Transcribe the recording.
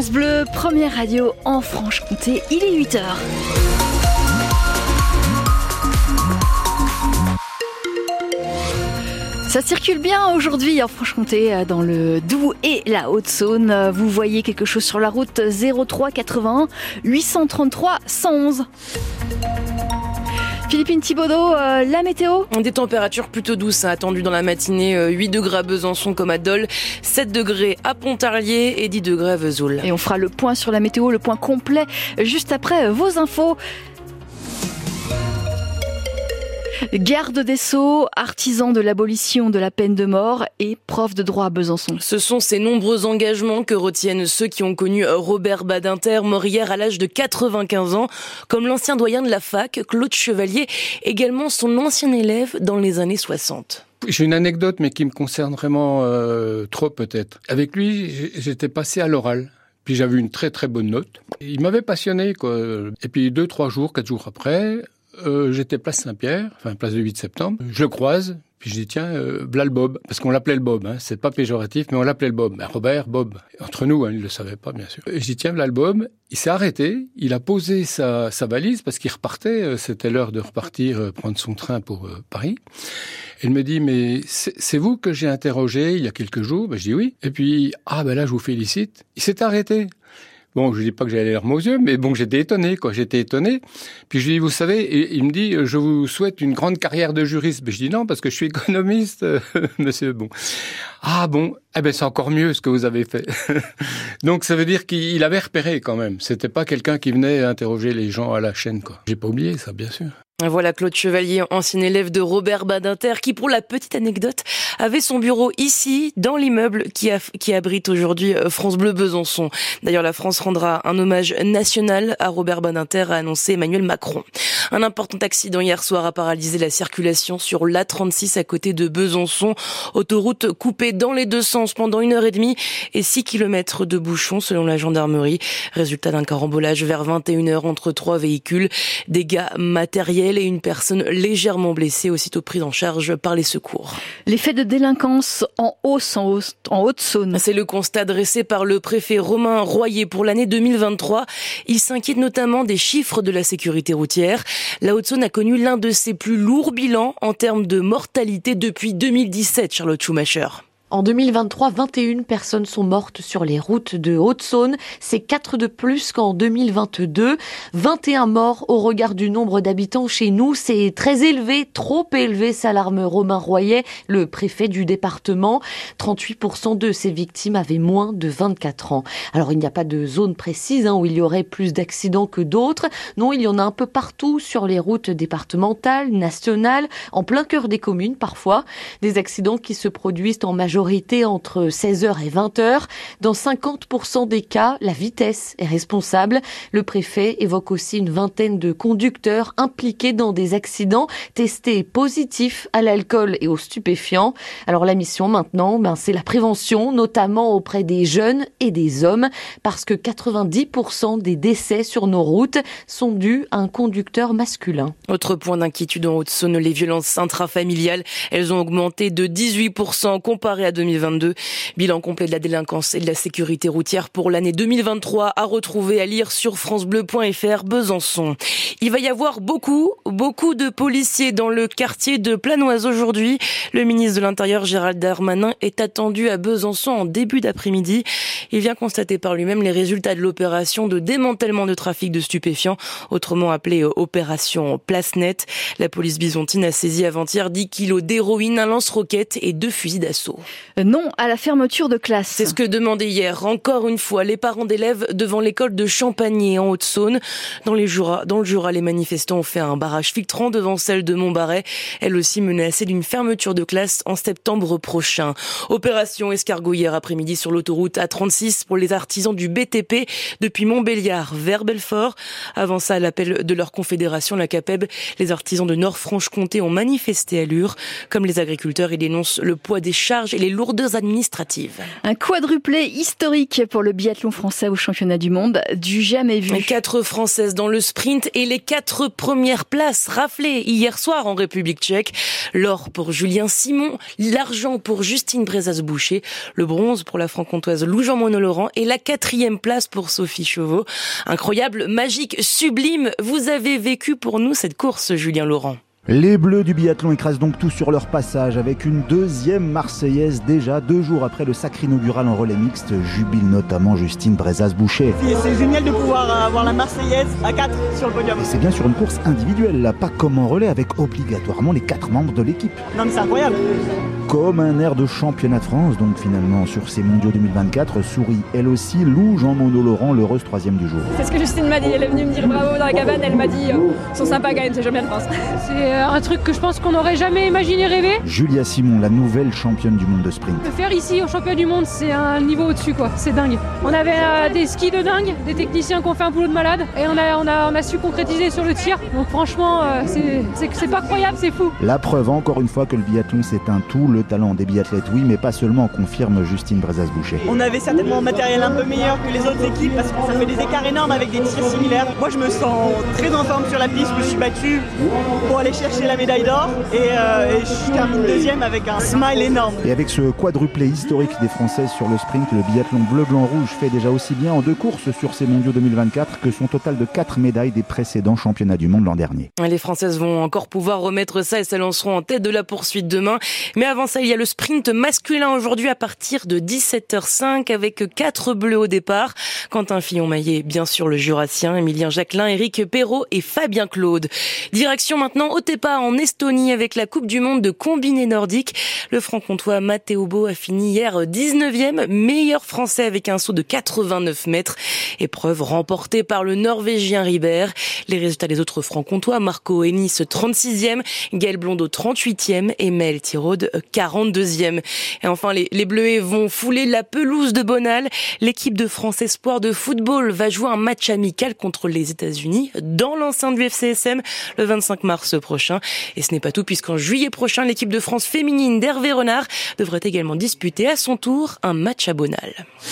France Bleu, première radio en Franche-Comté, il est 8h. Ça circule bien aujourd'hui en Franche-Comté, dans le Doubs et la Haute-Saône. Vous voyez quelque chose sur la route 03 81 833 111. Philippine Thibaudot, la météo ? Des températures plutôt douces attendues dans la matinée, 8 degrés à Besançon comme à Dole, 7 degrés à Pontarlier et 10 degrés à Vesoul. Et on fera le point sur la météo, le point complet, juste après vos infos. Garde des Sceaux, artisan de l'abolition de la peine de mort et prof de droit à Besançon. Ce sont ces nombreux engagements que retiennent ceux qui ont connu Robert Badinter, mort hier à l'âge de 95 ans, comme l'ancien doyen de la fac, Claude Chevalier, également son ancien élève dans les années 60. J'ai une anecdote, mais qui me concerne vraiment trop peut-être. Avec lui, j'étais passé à l'oral. Puis j'avais une très très bonne note. Il m'avait passionné, quoi. Et puis 4 jours après, j'étais place Saint-Pierre, enfin place du 8 septembre. Je le croise, puis je dis tiens, v'là le Bob, parce qu'on l'appelait le Bob, hein. C'est pas péjoratif, mais on l'appelait le Bob. Robert, Bob. Entre nous, hein, il le savait pas, bien sûr. Et je dis tiens, v'là le Bob. Il s'est arrêté, il a posé sa valise parce qu'il repartait. C'était l'heure de repartir, prendre son train pour Paris. Il me dit mais c'est vous que j'ai interrogé il y a quelques jours. Ben je dis oui. Et puis là je vous félicite. Il s'est arrêté. Bon, je dis pas que j'avais les larmes aux yeux, mais bon, j'étais étonné. Puis je lui dis, vous savez, et il me dit, je vous souhaite une grande carrière de juriste. Mais je dis non, parce que je suis économiste, monsieur. Bon. C'est encore mieux ce que vous avez fait. Donc ça veut dire qu'il avait repéré quand même. C'était pas quelqu'un qui venait interroger les gens à la chaîne, quoi. J'ai pas oublié ça, bien sûr. Voilà Claude Chevalier, ancien élève de Robert Badinter, qui, pour la petite anecdote, avait son bureau ici, dans l'immeuble qui abrite aujourd'hui France Bleu Besançon. D'ailleurs, la France rendra un hommage national à Robert Badinter, a annoncé Emmanuel Macron. Un important accident hier soir a paralysé la circulation sur l'A36 à côté de Besançon. Autoroute coupée dans les deux sens pendant 1h30 et 6 km de bouchons selon la gendarmerie. Résultat d'un carambolage vers 21h entre 3 véhicules. Dégâts matériels et une personne légèrement blessée, aussitôt prise en charge par les secours. Les faits de délinquance en Haute-Saône. C'est le constat dressé par le préfet Romain Royer pour l'année 2023. Il s'inquiète notamment des chiffres de la sécurité routière. La Haute-Saône a connu l'un de ses plus lourds bilans en termes de mortalité depuis 2017, Charlotte Schumacher. En 2023, 21 personnes sont mortes sur les routes de Haute-Saône. C'est 4 de plus qu'en 2022. 21 morts au regard du nombre d'habitants chez nous. C'est très élevé, trop élevé, s'alarme Romain Royer, le préfet du département. 38% de ces victimes avaient moins de 24 ans. Alors, il n'y a pas de zone précise où il y aurait plus d'accidents que d'autres. Non, il y en a un peu partout sur les routes départementales, nationales, en plein cœur des communes parfois. Des accidents qui se produisent en majorité entre 16h et 20h. Dans 50% des cas, la vitesse est responsable. Le préfet évoque aussi une vingtaine de conducteurs impliqués dans des accidents testés positifs à l'alcool et aux stupéfiants. Alors la mission maintenant, c'est la prévention, notamment auprès des jeunes et des hommes, parce que 90% des décès sur nos routes sont dus à un conducteur masculin. Autre point d'inquiétude en Haute-Saône, les violences intrafamiliales. Elles ont augmenté de 18% comparé à 2022. Bilan complet de la délinquance et de la sécurité routière pour l'année 2023 à retrouver, à lire sur francebleu.fr Besançon. Il va y avoir beaucoup de policiers dans le quartier de Planoise aujourd'hui. Le ministre de l'Intérieur Gérald Darmanin est attendu à Besançon en début d'après-midi. Il vient constater par lui-même les résultats de l'opération de démantèlement de trafic de stupéfiants, autrement appelée opération Place Nette. La police bisontine a saisi avant-hier 10 kilos d'héroïne, un lance-roquette et 2 fusils d'assaut. Non à la fermeture de classe. C'est ce que demandaient hier, encore une fois, les parents d'élèves devant l'école de Champagné en Haute-Saône. Dans le Jura, les manifestants ont fait un barrage filtrant devant celle de Montbarret, elle aussi menacée d'une fermeture de classe en septembre prochain. Opération escargot hier après-midi sur l'autoroute A36 pour les artisans du BTP depuis Montbéliard vers Belfort. Avant ça, à l'appel de leur confédération, la CAPEB, les artisans de Nord-Franche-Comté ont manifesté à Lure. Comme les agriculteurs, ils dénoncent le poids des charges et les lourdeurs administratives. Un quadruplé historique pour le biathlon français au championnat du monde, du jamais vu. 4 Françaises dans le sprint et les 4 premières places raflées hier soir en République tchèque. L'or pour Julien Simon, l'argent pour Justine Brezaz-Boucher, le bronze pour la franc-comtoise Lou-Jean Monod-Laurent et la 4e place pour Sophie Chauveau. Incroyable, magique, sublime, vous avez vécu pour nous cette course, Julien Laurent. Les Bleus du biathlon écrasent donc tout sur leur passage avec une 2e Marseillaise déjà 2 jours après le sacre inaugural en relais mixte, jubile notamment Justine Brezaz-Boucher. C'est génial de pouvoir avoir la Marseillaise à 4 sur le podium. Et c'est bien sur une course individuelle, là, pas comme en relais avec obligatoirement les 4 membres de l'équipe. Non mais c'est incroyable. Comme un air de championnat de France, donc finalement sur ces mondiaux 2024, sourit elle aussi Lou-Jean Monod-Laurent, l'heureuse 3e du jour. C'est ce que Justine m'a dit, elle est venue me dire bravo dans la cabane, elle m'a dit ils sont sympas quand même, c'est champion de France. C'est un truc que je pense qu'on n'aurait jamais imaginé rêver. Julia Simon, la nouvelle championne du monde de sprint. Le faire ici au championnat du monde, c'est un niveau au-dessus quoi, c'est dingue. On avait des skis de dingue, des techniciens qui ont fait un boulot de malade et on a su concrétiser sur le tir. Donc franchement, c'est pas croyable, c'est fou. La preuve encore une fois que le biathlon c'est un tout, le talent des biathlètes oui, mais pas seulement, confirme Justine Brezaz-Boucher. On avait certainement un matériel un peu meilleur que les autres équipes parce que ça fait des écarts énormes avec des tirs similaires. Moi je me sens très en forme sur la piste, je me suis battu pour aller chercher la médaille d'or et je termine 2e avec un smile énorme. Et avec ce quadruplé historique des Françaises sur le sprint, le biathlon bleu-blanc-rouge fait déjà aussi bien en 2 courses sur ces mondiaux 2024 que son total de 4 médailles des précédents championnats du monde l'an dernier. Les Françaises vont encore pouvoir remettre ça et s'élanceront en tête de la poursuite demain. Mais avant ça, il y a le sprint masculin aujourd'hui à partir de 17h05 avec 4 bleus au départ. Quentin Fillon-Maillet, bien sûr le Jurassien, Emilien Jacquelin, Éric Perrault et Fabien Claude. Direction maintenant Otepää en Estonie avec la Coupe du Monde de combiné nordique. Le franc-comtois Matteo Bo a fini hier 19e, meilleur français avec un saut de 89 mètres. Épreuve remportée par le Norvégien Ribert. Les résultats des autres franc-comtois, Marco Hennis 36e, Gaël Blondeau 38e et Maël Tiraude 42e. Et enfin, les Bleuets vont fouler la pelouse de Bonal. L'équipe de France Espoir de football va jouer un match amical contre les États-Unis dans l'enceinte du FCSM le 25 mars prochain. Et ce n'est pas tout puisqu'en juillet prochain, l'équipe de France féminine d'Hervé Renard devrait également disputer à son tour un match à Bonal.